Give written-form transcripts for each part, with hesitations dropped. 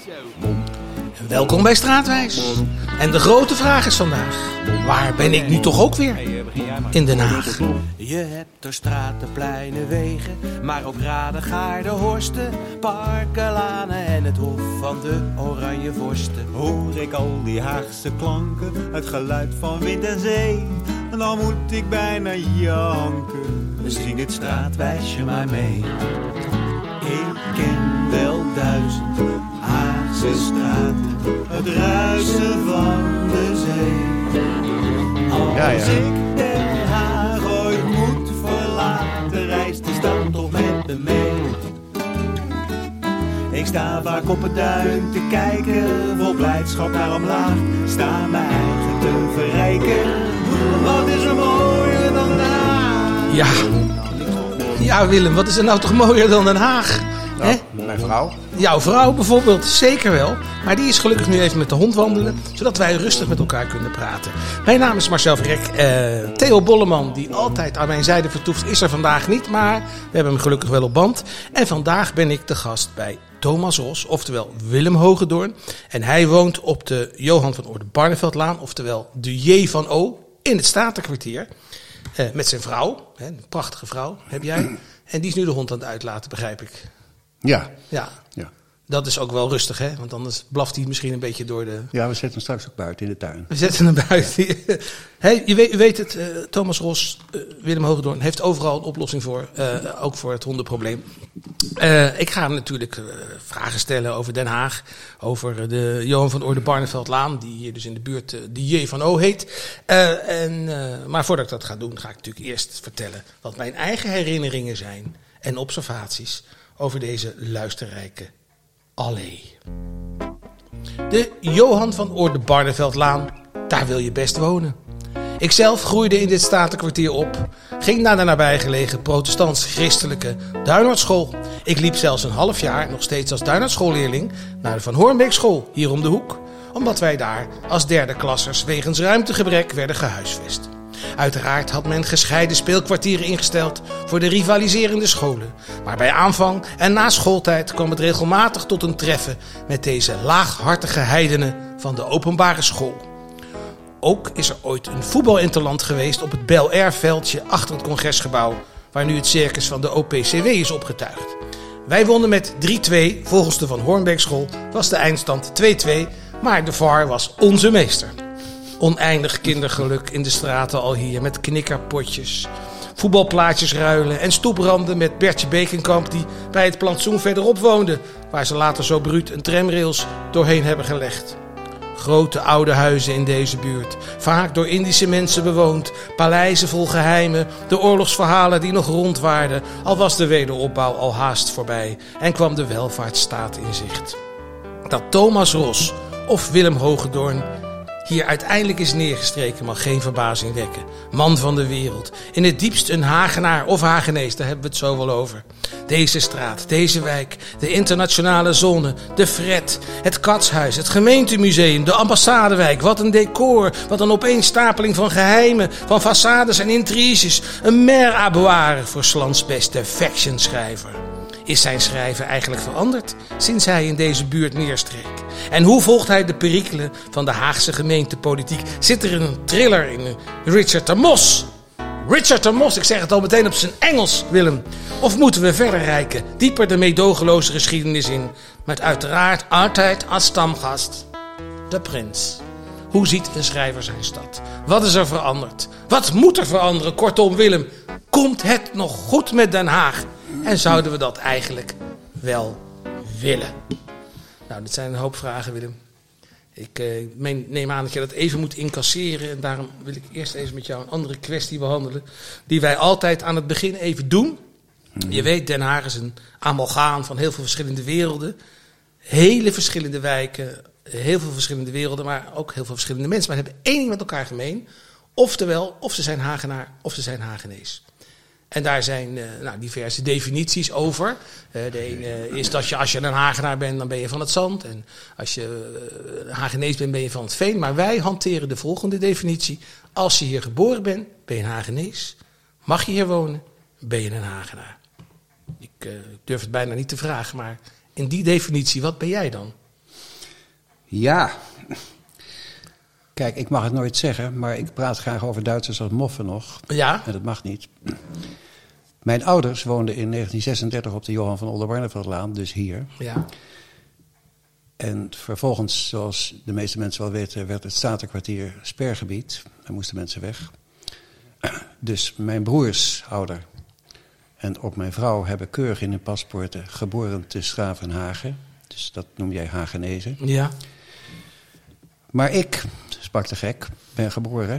Welkom bij Straatwijs. En de grote vraag is vandaag: waar ben ik nu toch ook weer? In Den Haag. Je hebt er straten, pleinen, wegen, maar ook raden, gaarden, horsten, parken, lanen en het hof van de oranje vorsten. Hoor ik al die Haagse klanken, het geluid van wind en zee, en dan moet ik bijna janken. Zing het straatwijsje maar mee. Ik ken wel 1000 Haagse straten, het ruisen van de zee. Als ik Den Haag ooit moet verlaten, reist de stad toch met me mee. Ik sta vaak op het duin te kijken, vol blijdschap naar omlaag, sta mijn eigen te verrijken. Wat is er mooier dan Den Haag? Ja, Willem, wat is er nou toch mooier dan Den Haag? Nou, mijn vrouw. Jouw vrouw bijvoorbeeld, zeker wel. Maar die is gelukkig nu even met de hond wandelen, zodat wij rustig met elkaar kunnen praten. Mijn naam is Marcel Verrek. Theo Bolleman, die altijd aan mijn zijde vertoeft, is er vandaag niet. Maar we hebben hem gelukkig wel op band. En vandaag ben ik de gast bij Thomas Ros, oftewel Willem Hogendoorn. En hij woont op de Johan van Orde-Barneveldlaan, oftewel de J van O, in het Statenkwartier. Met zijn vrouw, een prachtige vrouw heb jij. En die is nu de hond aan het uitlaten, begrijp ik. Ja. Dat is ook wel rustig, hè? Want anders blaft hij misschien een beetje door de... Ja, we zetten hem straks ook buiten in de tuin. We zetten hem buiten. Hey, u weet het, Thomas Ros, Willem Hogendoorn heeft overal een oplossing voor. Ook voor het hondenprobleem. Ik ga hem natuurlijk vragen stellen over Den Haag. Over de Johan van Orde-Barneveldlaan, die hier dus in de buurt de J van O heet. Maar voordat ik dat ga doen, ga ik natuurlijk eerst vertellen wat mijn eigen herinneringen zijn en observaties over deze luisterrijke allee. De Johan van Orde-Barneveldlaan, daar wil je best wonen. Ikzelf groeide in dit Statenkwartier op, ging naar de nabijgelegen protestants-christelijke Duinartschool. Ik liep zelfs een half jaar, nog steeds als Duinartschoolleerling, naar de Van Hoornbeekschool, hier om de hoek, omdat wij daar als derde klassers wegens ruimtegebrek werden gehuisvest. Uiteraard had men gescheiden speelkwartieren ingesteld voor de rivaliserende scholen. Maar bij aanvang en na schooltijd kwam het regelmatig tot een treffen met deze laaghartige heidenen van de openbare school. Ook is er ooit een voetbalinterland geweest op het Bel Air veldje achter het congresgebouw, waar nu het circus van de OPCW is opgetuigd. Wij wonnen met 3-2, volgens de Van Hoornbeekschool was de eindstand 2-2, maar de VAR was onze meester. Oneindig kindergeluk in de straten al hier, met knikkerpotjes, voetbalplaatjes ruilen en stoepranden met Bertje Bekenkamp, die bij het plantsoen verderop woonde, waar ze later zo bruut een tramrails doorheen hebben gelegd. Grote oude huizen in deze buurt, vaak door Indische mensen bewoond, paleizen vol geheimen, de oorlogsverhalen die nog rondwaarden, al was de wederopbouw al haast voorbij en kwam de welvaartsstaat in zicht. Dat Thomas Ros of Willem Hogendoorn hier uiteindelijk is neergestreken mag geen verbazing wekken. Man van de wereld. In het diepst een Hagenaar of Hagenees, daar hebben we het zo wel over. Deze straat, deze wijk, de internationale zone, de Fred, het Katshuis, het gemeentemuseum, de ambassadewijk. Wat een decor, wat een opeenstapeling van geheimen, van façades en intriges. Een mer à boire voor Slans beste fictionschrijver. Is zijn schrijven eigenlijk veranderd sinds hij in deze buurt neerstreek? En hoe volgt hij de perikelen van de Haagse gemeentepolitiek? Zit er een thriller in Richard de Mos? Richard de Mos, ik zeg het al meteen op zijn Engels, Willem. Of moeten we verder reiken, dieper de meedogenloze geschiedenis in, met uiteraard altijd als stamgast de prins. Hoe ziet een schrijver zijn stad? Wat is er veranderd? Wat moet er veranderen? Kortom, Willem, komt het nog goed met Den Haag? En zouden we dat eigenlijk wel willen? Nou, dit zijn een hoop vragen, Willem. Ik neem aan dat je dat even moet incasseren. En daarom wil ik eerst even met jou een andere kwestie behandelen. Die wij altijd aan het begin even doen. Je weet, Den Haag is een amalgaam van heel veel verschillende werelden. Hele verschillende wijken. Heel veel verschillende werelden, maar ook heel veel verschillende mensen. Maar ze hebben één ding met elkaar gemeen. Oftewel, of ze zijn Hagenaar of ze zijn Hagenees. En daar zijn diverse definities over. De ene is dat als je een Hagenaar bent, dan ben je van het zand. En als je Hagenees bent, ben je van het veen. Maar wij hanteren de volgende definitie. Als je hier geboren bent, ben je een Hagenees. Mag je hier wonen, ben je een Hagenaar. Ik durf het bijna niet te vragen, maar in die definitie, wat ben jij dan? Ja. Kijk, ik mag het nooit zeggen, maar ik praat graag over Duitsers als moffen nog. Ja? En dat mag niet. Mijn ouders woonden in 1936 op de Johan van Oldenbarneveldlaan, dus hier. Ja. En vervolgens, zoals de meeste mensen wel weten, werd het Statenkwartier spergebied. Daar moesten mensen weg. Dus mijn broers, ouder, en ook mijn vrouw hebben keurig in hun paspoorten geboren te Schravenhagen. Dus dat noem jij Hagenezen. Ja. Maar ik, sprak de gek, ben geboren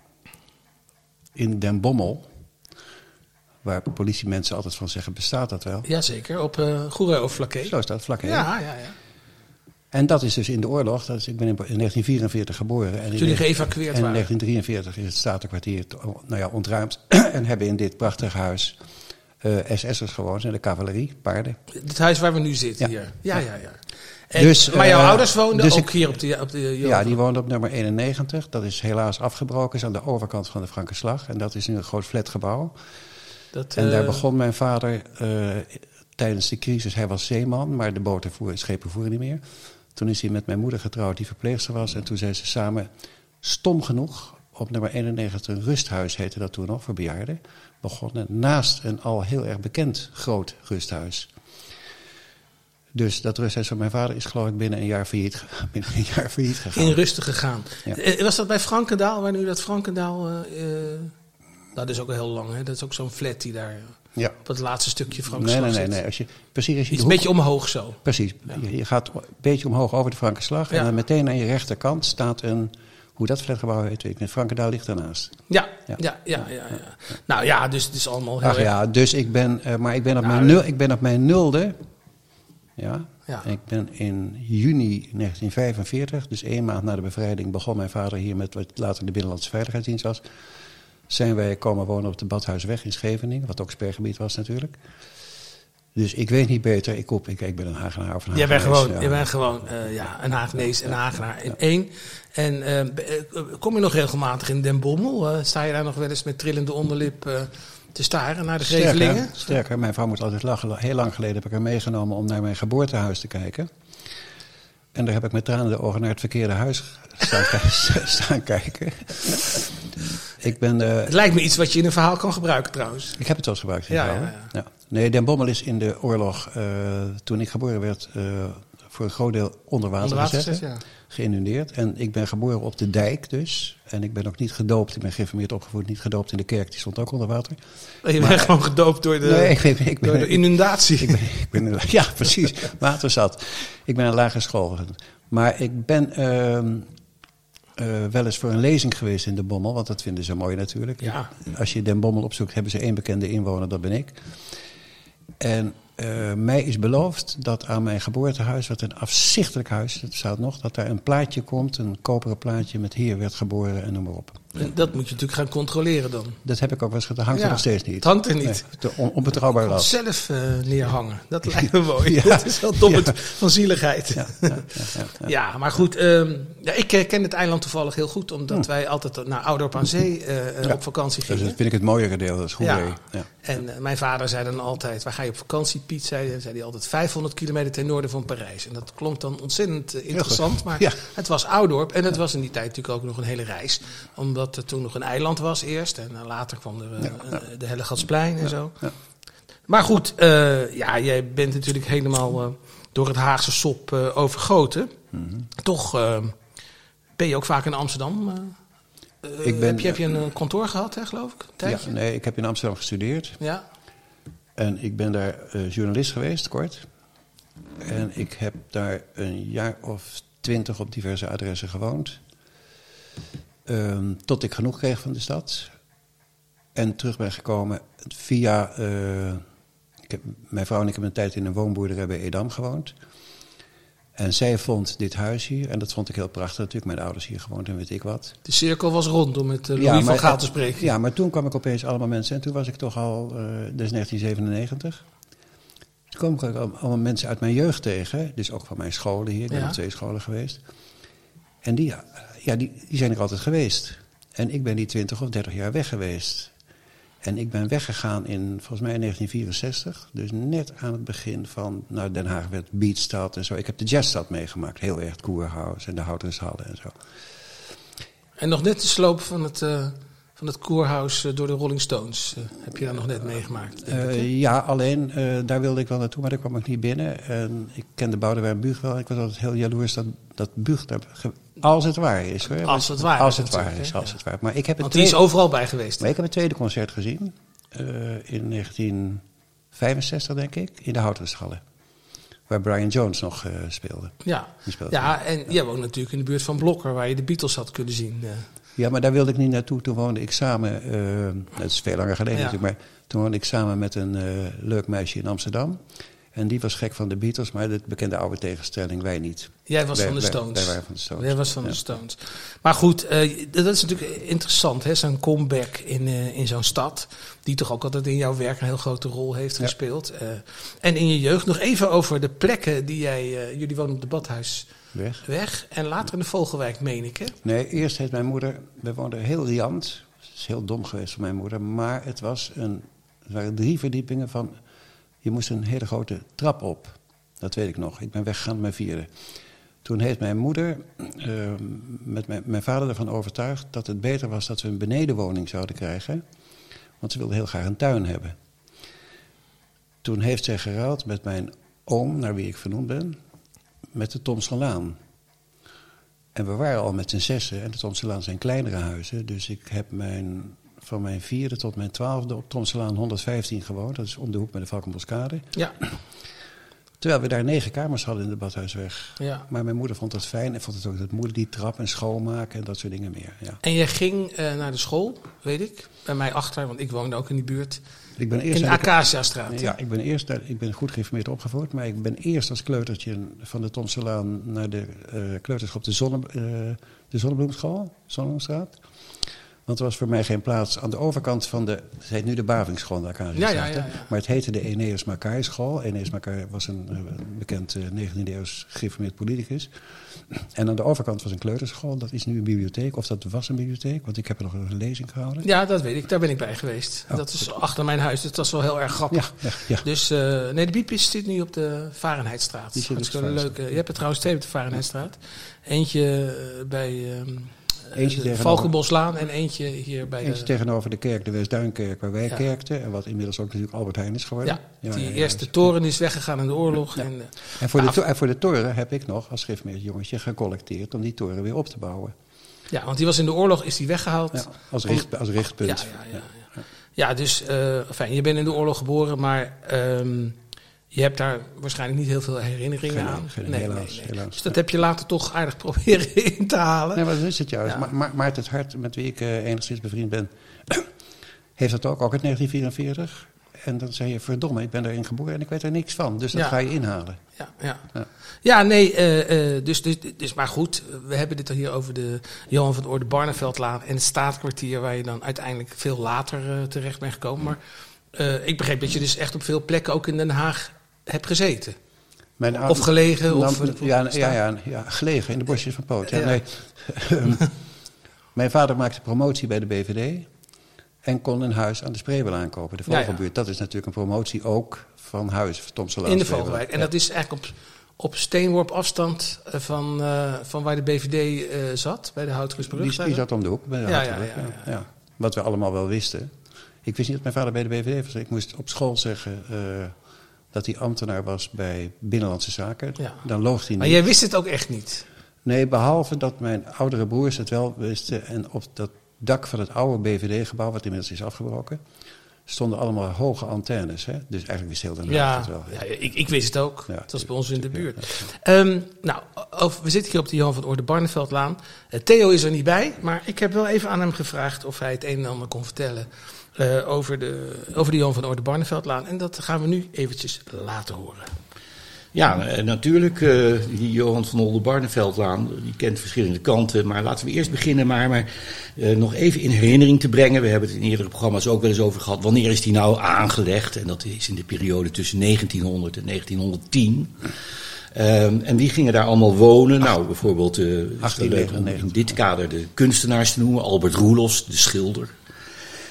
in Den Bommel. Waar politiemensen altijd van zeggen, bestaat dat wel? Jazeker, op Goeree of Vlakke. Zo is dat, vlak heen. Ja. En dat is dus in de oorlog. Ik ben in 1944 geboren. En Jullie geëvacueerd in waren. 1943 is het Statenkwartier ontruimd. En hebben in dit prachtige huis SS'ers gewoond en de cavalerie, paarden. Het huis waar we nu zitten Ja. hier. Ja. En, Dus, maar jouw ouders woonden dus ook hier op de Ja, die woonden op nummer 91. Dat is helaas afgebroken, is aan de overkant van de Frankenslag. En dat is nu een groot flatgebouw. En daar begon mijn vader tijdens de crisis. Hij was zeeman, maar de schepen voeren niet meer. Toen is hij met mijn moeder getrouwd, die verpleegster was. En toen zijn ze samen, stom genoeg, op nummer 91, een rusthuis heette dat toen nog, voor bejaarden, begonnen naast een al heel erg bekend groot rusthuis. Dus dat rusthuis van mijn vader is geloof ik binnen een jaar failliet gegaan. In rusten gegaan. Ja. Was dat bij Frankendaal, waar nu dat Frankendaal... dat is ook al heel lang, hè? Dat is ook zo'n flat die daar Ja. op het laatste stukje Frankenslag zit. Nee. Als je Iets een beetje omhoog zo. Precies. Ja. Je gaat een beetje omhoog over de Frankenslag. Ja. En dan meteen aan je rechterkant staat een... Hoe dat flatgebouw heet, weet ik niet. Frankendaal ligt daarnaast. Ja. Nou ja, dus het is allemaal heel erg... Dus ik ben... maar ik ben op mijn nulde... Ja. En ik ben in juni 1945, dus 1 maand na de bevrijding... begon mijn vader hier met wat later de Binnenlandse Veiligheidsdienst was... zijn wij komen wonen op de Badhuisweg in Scheveningen... wat ook spergebied was natuurlijk... Dus ik weet niet beter. Ik ben een Hagenaar of een Hagenees. Je bent gewoon een Hagenees en een Hagenaar in één. En kom je nog regelmatig in Den Bommel? Sta je daar nog wel eens met trillende onderlip te staren naar de Grevelingen? Sterker, mijn vrouw moet altijd lachen. Heel lang geleden heb ik haar meegenomen om naar mijn geboortehuis te kijken. En daar heb ik met tranen in de ogen naar het verkeerde huis staan kijken. Het lijkt me iets wat je in een verhaal kan gebruiken trouwens. Ik heb het wel eens gebruikt in het verhaal. Ja. Nee, Den Bommel is in de oorlog, toen ik geboren werd, voor een groot deel onder water gezet. Ja. Geïnundeerd. En ik ben geboren op de dijk dus. En ik ben ook niet gedoopt. Ik ben geïnformeerd opgevoed, niet gedoopt in de kerk. Die stond ook onder water. Je bent gewoon gedoopt door de inundatie. Ja, precies. Waterzat. Ik ben aan lagere school. Maar ik ben wel eens voor een lezing geweest in Den Bommel. Want dat vinden ze mooi natuurlijk. Ja. Als je Den Bommel opzoekt, hebben ze 1 bekende inwoner. Dat ben ik. En mij is beloofd dat aan mijn geboortehuis, wat een afzichtelijk huis, dat staat nog, dat daar een plaatje komt, een koperen plaatje met hier werd geboren en noem maar op. En dat moet je natuurlijk gaan controleren dan. Dat heb ik ook wel eens gedaan. Hangt er nog steeds niet. Het hangt er niet. Nee, onbetrouwbaar lab. Zelf neerhangen. Dat lijkt me mooi. Dat is wel dom van zieligheid. Ja, maar goed. Ik ken het eiland toevallig heel goed, omdat wij altijd naar Oudorp aan Zee op vakantie gingen. Dus dat vind ik het mooiere deel. Dat is goed. Ja. En mijn vader zei dan altijd, waar ga je op vakantie, Piet? Zei hij altijd 500 kilometer ten noorden van Parijs. En dat klonk dan ontzettend interessant. Maar het was Oudorp. En het was in die tijd natuurlijk ook nog een hele reis. Omdat er toen nog een eiland was eerst. En later kwam er de Hellegatsplein en zo. Ja. Maar goed, jij bent natuurlijk helemaal door het Haagse sop overgoten. Mm-hmm. Toch ben je ook vaak in Amsterdam. Heb je een kantoor gehad, hè, geloof ik? Ja, nee, ik heb in Amsterdam gestudeerd. Ja. En ik ben daar journalist geweest, kort. En ik heb daar een jaar of 20 op diverse adressen gewoond. Tot ik genoeg kreeg van de stad. En terug ben gekomen via... mijn vrouw en ik hebben een tijd in een woonboerderij bij Edam gewoond. En zij vond dit huis hier. En dat vond ik heel prachtig natuurlijk. Mijn ouders hier gewoond en weet ik wat. De cirkel was rond om met Louis van Gaal te spreken. Ja, maar toen kwam ik opeens allemaal mensen. En toen was ik toch al... dat is 1997. Toen kwam ik allemaal mensen uit mijn jeugd tegen. Dus ook van mijn scholen hier. Ik ben op 2 scholen geweest. En die zijn er altijd geweest. En ik ben die 20 of 30 jaar weg geweest. En ik ben weggegaan volgens mij in 1964. Dus net aan het begin van... Nou, Den Haag werd Beatstad en zo. Ik heb de Jazzstad meegemaakt. Heel erg Kurhaus en de Houtershallen en zo. En nog net de sloop van het Kurhaus door de Rolling Stones. Heb je daar nog net meegemaakt? Ja, alleen daar wilde ik wel naartoe, maar daar kwam ik niet binnen. En ik kende Boudewijn Buug wel. Ik was altijd heel jaloers dat Buug daar... Als het waar is. Hoor. Als het waar is. Als het waar. Maar ik heb want die is overal bij geweest. Maar ik heb het tweede concert gezien. In 1965, denk ik. In de Houtershallen. Waar Brian Jones nog speelde. Ja, en jij woont natuurlijk in de buurt van Blokker, waar je de Beatles had kunnen zien. Ja, maar daar wilde ik niet naartoe. Toen woonde ik samen, het is veel langer geleden natuurlijk, maar toen woonde ik samen met een leuk meisje in Amsterdam. En die was gek van de Beatles, maar de bekende oude tegenstelling, wij niet. Jij was van de Stones. Wij waren van de Stones. Jij was van de Stones. Maar goed, dat is natuurlijk interessant, hè? Zo'n comeback in zo'n stad, die toch ook altijd in jouw werk een heel grote rol heeft gespeeld. En in je jeugd nog even over de plekken die jullie wonen op de Badhuisweg. En later in de Vogelwijk, meen ik, hè? Nee, eerst heeft mijn moeder, we woonden heel riant. Het is heel dom geweest van mijn moeder, maar het waren 3 verdiepingen van... Je moest een hele grote trap op. Dat weet ik nog. Ik ben weggegaan met mijn 4e. Toen heeft mijn moeder met mijn vader ervan overtuigd... dat het beter was dat we een benedenwoning zouden krijgen. Want ze wilde heel graag een tuin hebben. Toen heeft zij geruild met mijn oom, naar wie ik vernoemd ben... met de Thomsonlaan. En we waren al met z'n 6'en. En de Thomsonlaan zijn kleinere huizen. Dus ik heb van mijn 4e tot mijn 12e op Thomsonlaan 115 gewoond. Dat is om de hoek bij de Valkenboskade. Ja. Terwijl we daar 9 kamers hadden in de Badhuisweg. Ja. Maar mijn moeder vond dat fijn. En vond het ook dat moeder die trap en schoonmaken en dat soort dingen meer. Ja. En jij ging naar de school, weet ik. Bij mij achter, want ik woonde ook in die buurt. Ik ben eerst in de Acaciastraat. Ja, ik ben goed geïnformeerd opgevoed. Maar ik ben eerst als kleutertje van de Thomsonlaan naar de kleuterschool op de Zonnebloemstraat. Want er was voor mij geen plaats aan de overkant van het heet nu de Bavingsschool, de Acaciastraat. Ja. Maar het heette de Eneas Makai School. Eneas Makai was een bekend 19e-eeuws geïnformeerd politicus. En aan de overkant was een kleuterschool. Dat is nu een bibliotheek, of dat was een bibliotheek, want ik heb er nog een lezing gehouden. Ja, dat weet ik. Daar ben ik bij geweest. Dat is achter mijn huis. Dat was wel heel erg grappig. Ja. Dus, de Biepjes zit nu op de Fahrenheitstraat. Die zit dat is leuk. Je hebt er trouwens 2 op de Fahrenheitstraat. Eentje bij... de Valkenboslaan en eentje hier bij eentje tegenover de kerk, de Westduinkerk, waar wij kerkten. En wat inmiddels ook natuurlijk Albert Heijn is geworden. Die eerste toren is weggegaan in de oorlog. Ja. En voor de toren heb ik nog als schriftmeestersjongetje gecollecteerd om die toren weer op te bouwen. Ja, want die was in de oorlog, is die weggehaald. Ja, als richtpunt. Ja, dus je bent in de oorlog geboren, maar... je hebt daar waarschijnlijk niet heel veel herinneringen aan. Helaas. Dus dat heb je later toch aardig proberen in te halen. Nee, maar dat is het juist. Ja. Maarten het Hart, met wie ik enigszins bevriend ben... heeft dat ook uit 1944. En dan zei je, verdomme, ik ben daarin geboren en ik weet er niks van. Dus dat ga je inhalen. Dus maar goed. We hebben dit hier over de Johan van Orde Barneveldlaan... en het Staatkwartier... waar je dan uiteindelijk veel later terecht bent gekomen. Maar ik begreep dat je dus echt op veel plekken... ook in Den Haag hebt gezeten. Of gelegen. Gelegen in de bosjes van Poot. Ja, nee. Mijn vader maakte promotie bij de BVD... en kon een huis aan de Spreewel aankopen, de Vogelbuurt. Ja. Dat is natuurlijk een promotie ook van huis, Thomsonlaan. In de Vogelwijk. En dat is eigenlijk op steenworp afstand van waar de BVD zat, bij de Houtersbrug. Die zat om de hoek, bij de Houtersbrug. Ja. Wat we allemaal wel wisten. Ik wist niet dat mijn vader bij de BVD was. Ik moest op school zeggen dat hij ambtenaar was bij Binnenlandse Zaken. Ja. Dan loog hij niet. Maar jij wist het ook echt niet? Nee, behalve dat mijn oudere broers het wel wisten. En op dat dak van het oude BVD-gebouw, wat inmiddels is afgebroken, stonden allemaal hoge antennes. Hè? Dus eigenlijk wist heel Den Haag het wel. Ja, ik wist het ook. Het was bij ons in de buurt. We zitten hier op de Johan van Orde Barneveldlaan. Theo is er niet bij, maar ik heb wel even aan hem gevraagd of hij het een en ander kon vertellen over de Johan van Orde Barneveldlaan. En dat gaan we nu eventjes laten horen. Ja, natuurlijk, die Johan van Orde Barneveldlaan, die kent verschillende kanten. Maar laten we eerst beginnen maar nog even in herinnering te brengen. We hebben het in eerdere programma's ook wel eens over gehad. Wanneer is die nou aangelegd? En dat is in de periode tussen 1900 en 1910. En wie gingen daar allemaal wonen? Nou, bijvoorbeeld in dit kader de kunstenaars te noemen. Albert Roelofs, de schilder.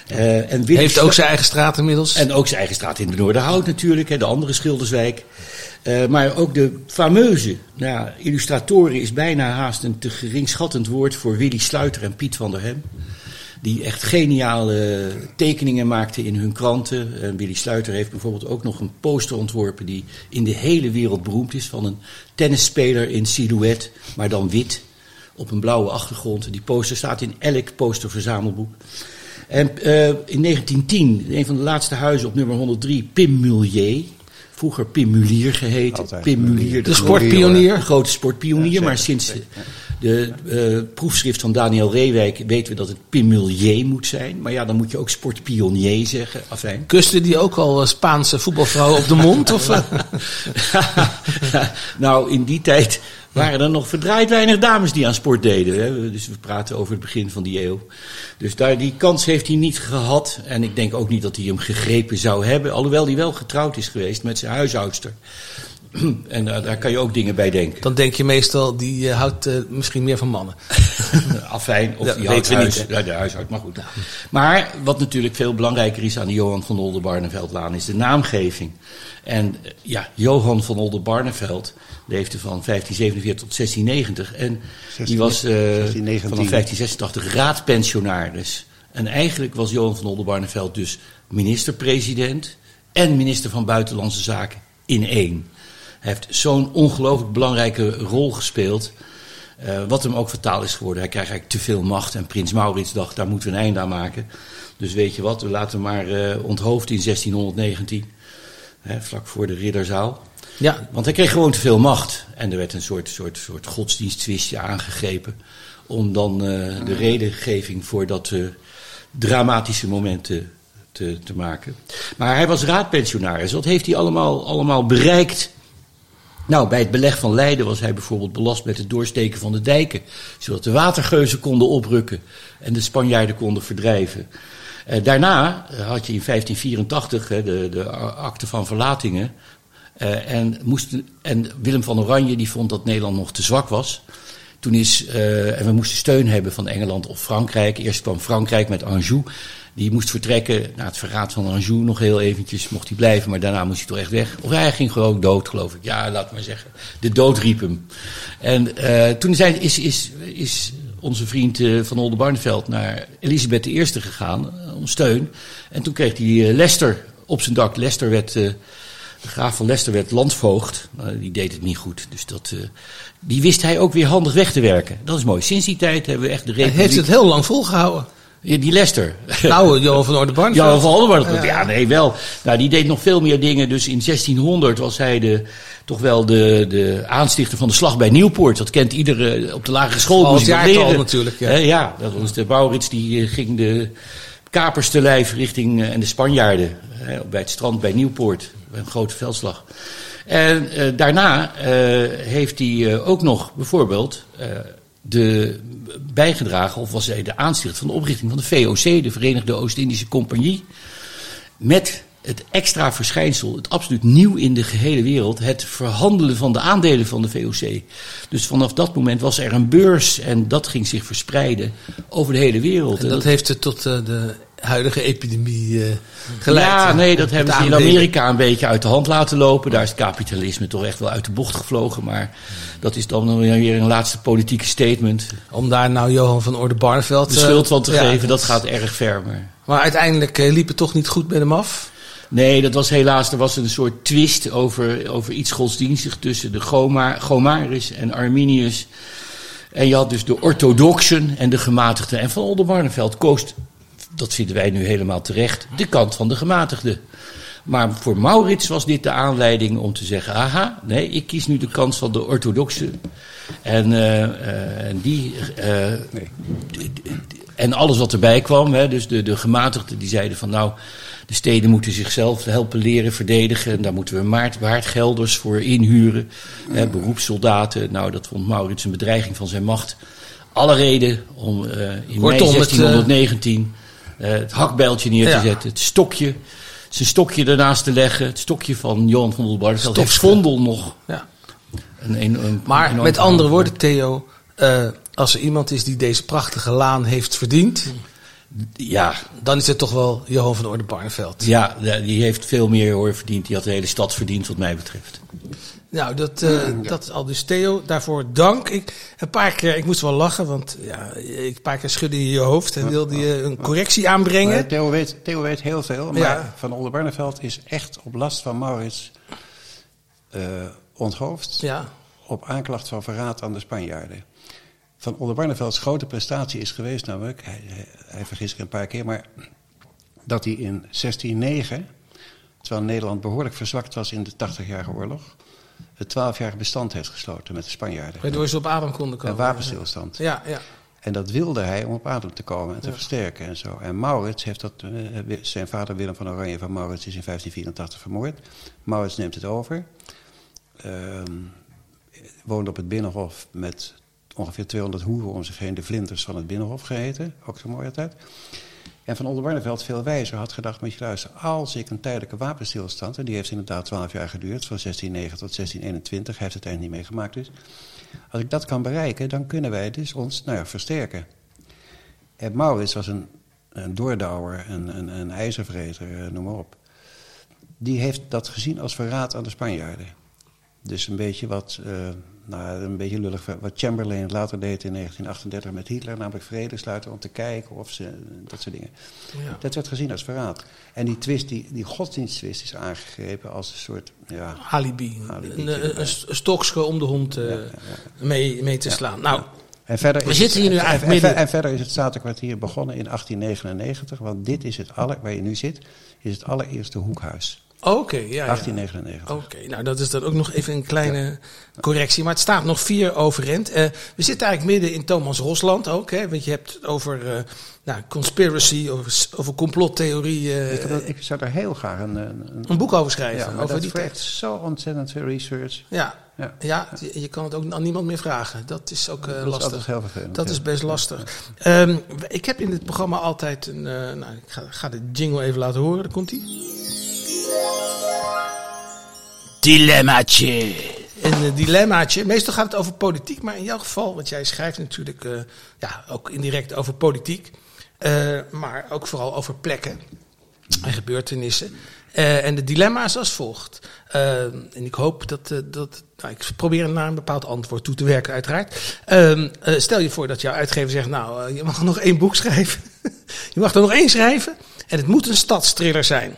En heeft ook zijn eigen straat inmiddels. En ook zijn eigen straat in de Noorderhout natuurlijk, de andere Schilderswijk. Maar ook de fameuze illustratoren is bijna haast een te geringschattend woord voor Willy Sluiter en Piet van der Hem. Die echt geniale tekeningen maakten in hun kranten. En Willy Sluiter heeft bijvoorbeeld ook nog een poster ontworpen die in de hele wereld beroemd is. Van een tennisspeler in silhouet, maar dan wit, op een blauwe achtergrond. Die poster staat in elk posterverzamelboek. En in 1910, een van de laatste huizen op nummer 103, Pim Mulier. Vroeger Pim Mulier geheten. Altijd. Pim Mulier, de sportpionier. De grote sportpionier, ja, maar sinds de proefschrift van Daniel Reewijk weten we dat het Pim Mulier moet zijn. Maar ja, dan moet je ook sportpionier zeggen. Afijn. Kusten die ook al Spaanse voetbalvrouwen op de mond? Of? Nou, in die tijd waren er nog verdraaid weinig dames die aan sport deden. Hè? Dus we praten over het begin van die eeuw. Dus die kans heeft hij niet gehad. En ik denk ook niet dat hij hem gegrepen zou hebben. Alhoewel hij wel getrouwd is geweest met zijn huishoudster. En daar kan je ook dingen bij denken. Dan denk je meestal, die houdt misschien meer van mannen. Afijn, of die houdt huis. Ja, de huishoud, maar goed. Ja. Maar wat natuurlijk veel belangrijker is aan de Johan van Oldenbarneveldlaan is de naamgeving. En Johan van Oldenbarneveld leefde van 1547 tot 1690. En die was vanaf 1586 raadpensionaris. En eigenlijk was Johan van Oldenbarneveld dus minister-president en minister van Buitenlandse Zaken in één. Hij heeft zo'n ongelooflijk belangrijke rol gespeeld. Wat hem ook fataal is geworden. Hij krijgt eigenlijk te veel macht. En Prins Maurits dacht, daar moeten we een einde aan maken. Dus weet je wat, we laten hem maar onthoofden in 1619. Vlak voor de Ridderzaal. Ja. Want hij kreeg gewoon te veel macht. En er werd een soort godsdiensttwistje aangegrepen. Om dan de redengeving voor dat dramatische moment te maken. Maar hij was raadpensionaris. Wat heeft hij allemaal bereikt? Nou, bij het beleg van Leiden was hij bijvoorbeeld belast met het doorsteken van de dijken. Zodat de watergeuzen konden oprukken en de Spanjaarden konden verdrijven. Daarna had je in 1584 de akte van verlatingen. En Willem van Oranje die vond dat Nederland nog te zwak was. Toen en we moesten steun hebben van Engeland of Frankrijk. Eerst kwam Frankrijk met Anjou. Die moest vertrekken. Na het verraad van Anjou nog heel eventjes mocht hij blijven. Maar daarna moest hij toch echt weg. Of hij ging gewoon dood, geloof ik. Ja, laat maar zeggen. De dood riep hem. En toen is onze vriend van Oldenbarneveld naar Elisabeth I gegaan. Om steun. En toen kreeg hij Leicester op zijn dak. De graaf van Leicester werd landvoogd. Die deed het niet goed. Dus die wist hij ook weer handig weg te werken. Dat is mooi. Sinds die tijd hebben we echt de republiek. Hij heeft het heel lang volgehouden. Ja, die Leicester. Nou, Johan van Oldenbarneveld. Johan van Oldenbarneveld, ja, nee, wel. Nou, die deed nog veel meer dingen. Dus in 1600 was hij toch wel de aanstichter van de slag bij Nieuwpoort. Dat kent iedere op de lagere school. Al het jaartal natuurlijk. Ja, dat was de Maurits die ging de kapers te lijf richting en de Spanjaarden. Bij het strand bij Nieuwpoort. Bij een grote veldslag. En daarna heeft hij ook nog bijvoorbeeld bijgedragen, of was hij de aanstichter van de oprichting van de VOC, de Verenigde Oost-Indische Compagnie, met het extra verschijnsel, het absoluut nieuw in de gehele wereld, het verhandelen van de aandelen van de VOC. Dus vanaf dat moment was er een beurs en dat ging zich verspreiden over de hele wereld. En dat heeft het tot de huidige epidemie geleid. Ja, nee, dat hebben ze in Amerika een beetje uit de hand laten lopen. Daar is het kapitalisme toch echt wel uit de bocht gevlogen. Maar dat is dan weer een laatste politieke statement. Om daar nou Johan van Oldenbarneveld de schuld van te geven, dat gaat erg ver. Maar uiteindelijk liep het toch niet goed met hem af? Nee, dat was helaas, er was een soort twist over iets godsdienstig tussen de Gomarus en Arminius. En je had dus de orthodoxen en de gematigden. En van Oldenbarneveld koos, dat vinden wij nu helemaal terecht, de kant van de gematigden. Maar voor Maurits was dit de aanleiding om te zeggen, aha, nee, ik kies nu de kant van de orthodoxen. En alles wat erbij kwam, dus de gematigden die zeiden van nou, de steden moeten zichzelf helpen leren verdedigen. En daar moeten we waardgelders voor inhuren. Beroepssoldaten. Nou, dat vond Maurits een bedreiging van zijn macht. Alle reden om in mei 1619 het hakbijltje neer te zetten. Het stokje. Zijn stokje ernaast te leggen. Het stokje van Johan van Oldenbarneveld. Het Vondel nog. Ja. Maar met andere woorden, Theo, als er iemand is die deze prachtige laan heeft verdiend, Ja. Dan is het toch wel Johan van Oldenbarnevelt. Ja, die heeft veel meer hoor verdiend. Die had de hele stad verdiend wat mij betreft. Nou, dat is al dus Theo. Daarvoor dank. Een paar keer, ik moest wel lachen, want een paar keer schudde je je hoofd en wilde je een correctie aanbrengen. Maar Theo weet heel veel, maar Van Oldenbarnevelt is echt op last van Maurits onthoofd. Ja. Op aanklacht van verraad aan de Spanjaarden. Van Oldenbarnevelts grote prestatie is geweest namelijk, hij vergist zich een paar keer, maar dat hij in 1609, terwijl Nederland behoorlijk verzwakt was in de 80-jarige oorlog, het 12-jarige bestand heeft gesloten met de Spanjaarden. Waardoor ze op adem konden komen. Een wapenstilstand. Ja. En dat wilde hij om op adem te komen en te versterken en zo. En Maurits heeft dat, zijn vader Willem van Oranje van Maurits is in 1584 vermoord. Maurits neemt het over. Woonde op het Binnenhof met ongeveer 200 hoeren om zich heen, de Vlinders van het Binnenhof geheten. Ook zo'n mooie tijd. En Van Oldenbarnevelt, veel wijzer, had gedacht, moet je luisteren, als ik een tijdelijke wapenstilstand, en die heeft inderdaad 12 jaar geduurd, van 1609 tot 1621, hij heeft het eind niet meegemaakt dus. Als ik dat kan bereiken, dan kunnen wij dus ons versterken. En Maurits was een doordouwer, een ijzervreter, noem maar op. Die heeft dat gezien als verraad aan de Spanjaarden. Dus een beetje een beetje lullig wat Chamberlain later deed in 1938 met Hitler, namelijk vrede sluiten om te kijken of ze, dat soort dingen. Ja. Dat werd gezien als verraad. En die twist, die godsdiensttwist is aangegrepen als een soort alibi. Een stokje om de hond mee te slaan. Nou, en verder we zitten hier nu eigenlijk midden. En verder is het Statenkwartier begonnen in 1899, want dit is waar je nu zit, is het allereerste hoekhuis. Oké, 1899. Oké, nou dat is dan ook nog even een kleine correctie. Maar het staat nog 4 overeind. We zitten eigenlijk midden in Thomas Rosland ook. Hè, want je hebt het over conspiracy, over complottheorie. Ik zou daar heel graag een boek over schrijven. Ja, over dat vraagt zo ontzettend veel research. Ja, je kan het ook aan niemand meer vragen. Dat is ook lastig. Dat is heel vervelend. Dat is best lastig. Ik heb in dit programma altijd ik ga de jingle even laten horen. Daar komt hij. Dilemmaatje. Een dilemmaatje. Meestal gaat het over politiek, maar in jouw geval, want jij schrijft natuurlijk ook indirect over politiek, maar ook vooral over plekken en gebeurtenissen. En de dilemma is als volgt. En ik hoop ik probeer naar een bepaald antwoord toe te werken, uiteraard. Stel je voor dat jouw uitgever zegt, je mag nog 1 boek schrijven. Je mag er nog 1 schrijven en het moet een stadstriller zijn.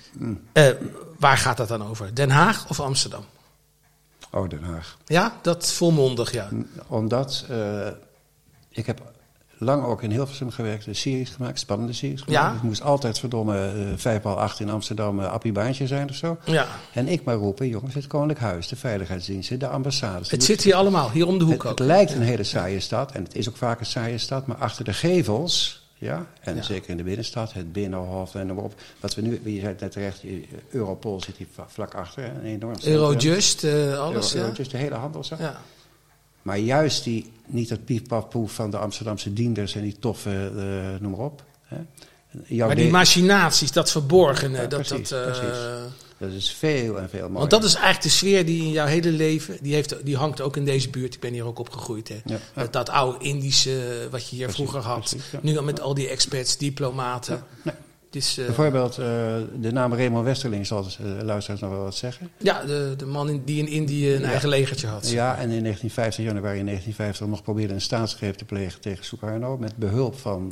Waar gaat dat dan over? Den Haag of Amsterdam? Oh, Den Haag. Ja, dat volmondig, ja. Omdat ik heb lang ook in Hilversum gewerkt, spannende series gemaakt. Ja? Ik moest altijd 5x8 in Amsterdam Appie Baantje zijn of zo. Ja. En ik maar roepen, jongens, het Koninklijk Huis, de veiligheidsdiensten, de ambassades. Het zit hier allemaal, hier om de hoek ook. Het lijkt een hele saaie stad, en het is ook vaak een saaie stad, maar achter de gevels, zeker in de binnenstad, het Binnenhof en noem maar op. Wat we nu, je zei het net terecht, Europol zit hier vlak achter. Een enorm Eurojust, alles. Eurojust, de hele handelszaak. Ja. Maar juist niet dat pief-paf-poef van de Amsterdamse dienders en die toffe, noem maar op. Hè. Maar die machinaties, dat verborgene, precies. Dat is veel en veel mooier. Want dat is eigenlijk de sfeer die in jouw hele leven, die hangt ook in deze buurt. Ik ben hier ook opgegroeid. Hè. Ja. Dat oude Indische, wat je hier vroeger had. Precies, ja. Nu al met al die experts, diplomaten. Ja. Nee. Bijvoorbeeld de naam Raymond Westerling zal luisteraars nog wel wat zeggen. Ja, de man die in Indië een eigen legertje had. Ja, en in januari 1950 nog probeerde een staatsgreep te plegen tegen Sukarno met behulp van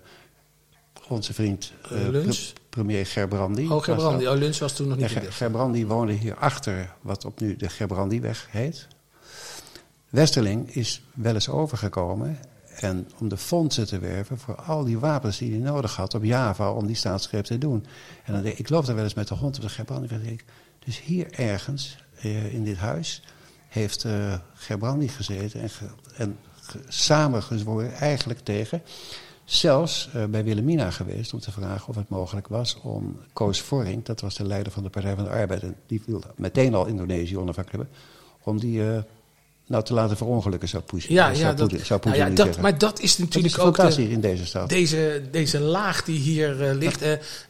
onze vriend premier Gerbrandy. Gerbrandy. Luns was toen nog niet. Gerbrandy woonde hier achter wat op nu de Gerbrandiweg heet. Westerling is wel eens overgekomen en om de fondsen te werven voor al die wapens die hij nodig had op Java om die staatsgreep te doen. En dan ik loop daar wel eens met de hond op de Gerbrandiweg. Dus hier ergens in dit huis heeft Gerbrandy gezeten en samen gezworen eigenlijk tegen. Zelfs bij Wilhelmina geweest om te vragen of het mogelijk was om Koos Vorink, dat was de leider van de Partij van de Arbeid, en die wilde meteen al Indonesië onafhankelijk hebben, om die te laten verongelukken zou Poetin. Maar dat is natuurlijk dat is ook in deze stad. Deze laag die hier ligt.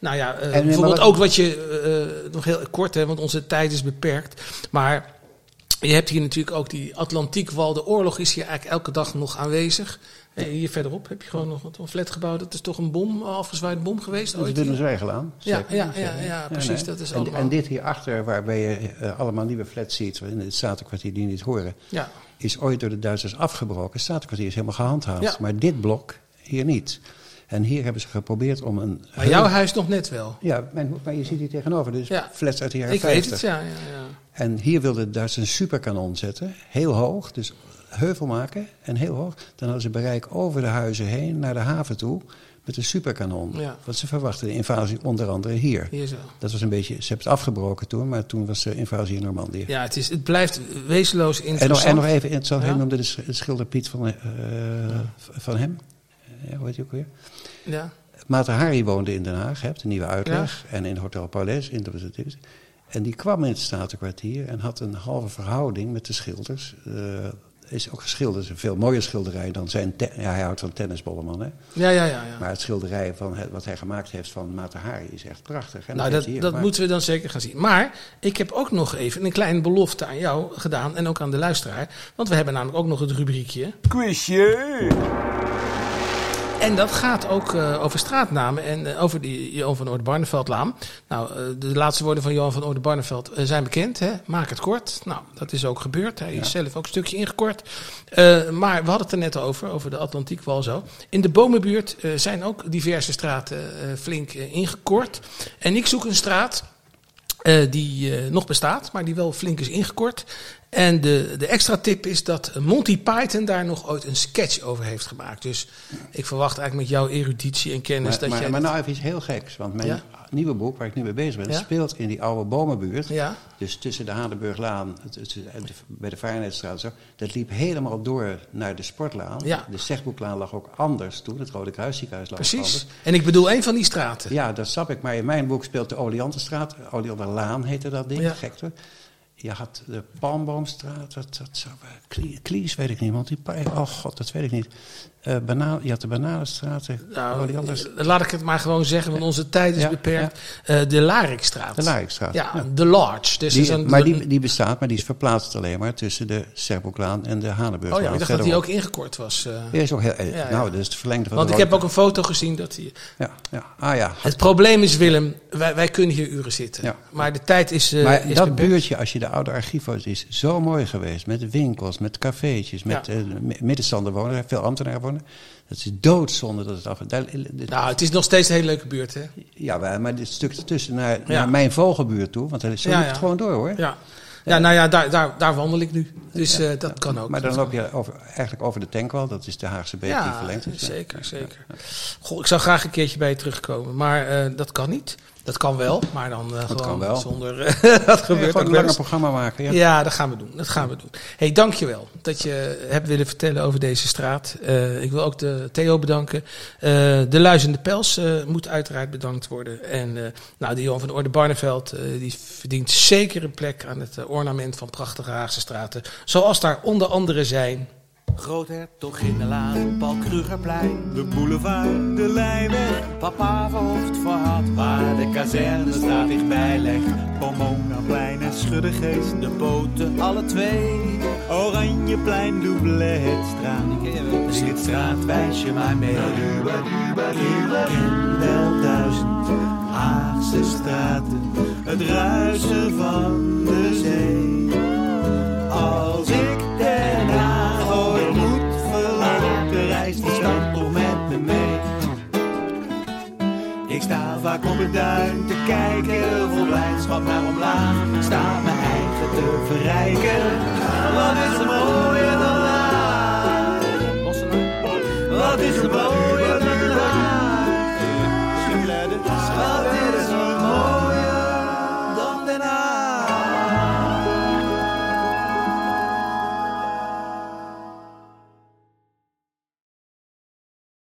Bijvoorbeeld ook wat je nog heel kort, want onze tijd is beperkt, maar Je hebt hier natuurlijk ook die Atlantiekwal. De oorlog is hier eigenlijk elke dag nog aanwezig. Hier verderop heb je gewoon nog een flatgebouw. Dat is toch een afgezwaaide bom geweest? Dat is de Zwijgelaan. Ja, precies. Ja, nee. Dat is allemaal. En dit hierachter, waarbij je allemaal nieuwe flats ziet in het Statenkwartier die niet horen, is ooit door de Duitsers afgebroken. Het Statenkwartier is helemaal gehandhaafd. Ja. Maar dit blok hier niet. En hier hebben ze geprobeerd om een... Maar jouw huis nog net wel? Ja, maar je ziet hier tegenover. Dus flats uit de jaren 50. Ik weet het, ja. En hier wilden de Duitsers een superkanon zetten. Heel hoog, dus heuvel maken en heel hoog. Dan hadden ze bereik over de huizen heen naar de haven toe met een superkanon. Ja. Want ze verwachten de invasie onder andere hier. Hier zo. Dat was een beetje... Ze hebben het afgebroken toen, maar toen was de invasie in Normandië. Ja, het blijft wezenloos interessant. En nog even interessant, hij noemde de schilder Piet van hem. Ja, hoe heet hij ook weer? Ja. Mata Hari woonde in Den Haag, de Nieuwe Uitleg. Ja. En in Hotel Paleis. En die kwam in het Statenkwartier en had een halve verhouding met de schilders. Is ook geschilderd, een veel mooier schilderij dan zijn... hij houdt van tennisbolleman, hè? Ja. Maar het schilderij van wat hij gemaakt heeft van Mata Hari is echt prachtig. En dat moeten we dan zeker gaan zien. Maar ik heb ook nog even een kleine belofte aan jou gedaan en ook aan de luisteraar. Want we hebben namelijk ook nog het rubriekje... Quizje! En dat gaat ook over straatnamen en over die Johan van Oorde-Barneveldlaan. Nou, de laatste woorden van Johan van Oorde-Barneveld zijn bekend. Hè? Maak het kort. Nou, dat is ook gebeurd. Hij is zelf ook een stukje ingekort. Maar we hadden het er net over de Atlantiekwal zo. In de Bomenbuurt zijn ook diverse straten flink ingekort. En ik zoek een straat die nog bestaat, maar die wel flink is ingekort. En de extra tip is dat Monty Python daar nog ooit een sketch over heeft gemaakt. Dus ik verwacht eigenlijk met jouw eruditie en kennis Maar nou even iets heel geks. Want mijn nieuwe boek, waar ik nu mee bezig ben, speelt in die oude Bomenbuurt. Ja. Dus tussen de Hadenburglaan, bij de Vrijheidsstraat. Dat liep helemaal door naar de Sportlaan. Ja. De Zegboeklaan lag ook anders toen. Het Rode Kruisziekenhuis lag anders. En ik bedoel een van die straten. Ja, dat snap ik. Maar in mijn boek speelt de Olianterstraat. Olianterlaan heette dat ding. Ja. Gek hoor. Je had de Palmboomstraat, Klies weet ik niet, want oh god, dat weet ik niet. Je had de Bananenstraat. Laat ik het maar gewoon zeggen, want onze tijd is beperkt. Ja. De Larikstraat. De Larikstraat. Ja, de Large. Dus die bestaat, maar die is verplaatst alleen maar tussen de Zegboeklaan en de Hanenburglaan. Oh ja, ik dacht dat die ook ingekort was. Die is ook heel, dat is het verlengde van want ik heb ook een foto gezien dat die... Ja. Het probleem is, Willem, wij kunnen hier uren zitten. Ja. Maar de tijd is maar is dat beperkt. Buurtje, als je de oude archieffoto's is zo mooi geweest. Met winkels, met cafeetjes, met middenstander wonen, veel ambtenaren wonen. Dat is doodzonde dat het af... Nou, het is nog steeds een hele leuke buurt, hè? Ja, maar dit stuk ertussen naar mijn vogelbuurt toe. Want zo loopt het gewoon door, hoor. Ja, daar wandel ik nu. Dus dat kan ook. Maar dan loop je eigenlijk over de Tankwal. Dat is de Haagse beek die verlengd is. Zeker. Goh, ik zou graag een keertje bij je terugkomen. Maar dat kan niet. Dat kan wel, maar dan gewoon zonder... dat gebeurt ook een langer programma maken. Ja, dat gaan we doen. Hey, dankjewel dat je hebt willen vertellen over deze straat. Ik wil ook de Theo bedanken. De Luizende Pels moet uiteraard bedankt worden. En de Johan van Oorde-Barneveld die verdient zeker een plek aan het ornament van prachtige Haagse straten. Zoals daar onder andere zijn... Groothertoginnenlaan, Paul Krugerplein, de boulevard, de Leijweg, Papa Verhoofd Verhad, waar de kazernestraat dichtbij legt, Pomonaplein en Schuddegeest, de Poten, alle twee, Oranjeplein, Doubletstraat, Slitstraat, wijs je maar mee. Ik ken wel 1000 Haagse straten, het ruisen van de zee. Als ik daarna ooit moet verlaten, reist die stad toch met me mee. Ik sta vaak op het duin te kijken, vol blijdschap naar omlaag. Ik sta mijn eigen te verrijken, wat is er mooier dan daar? Wat is er mooier?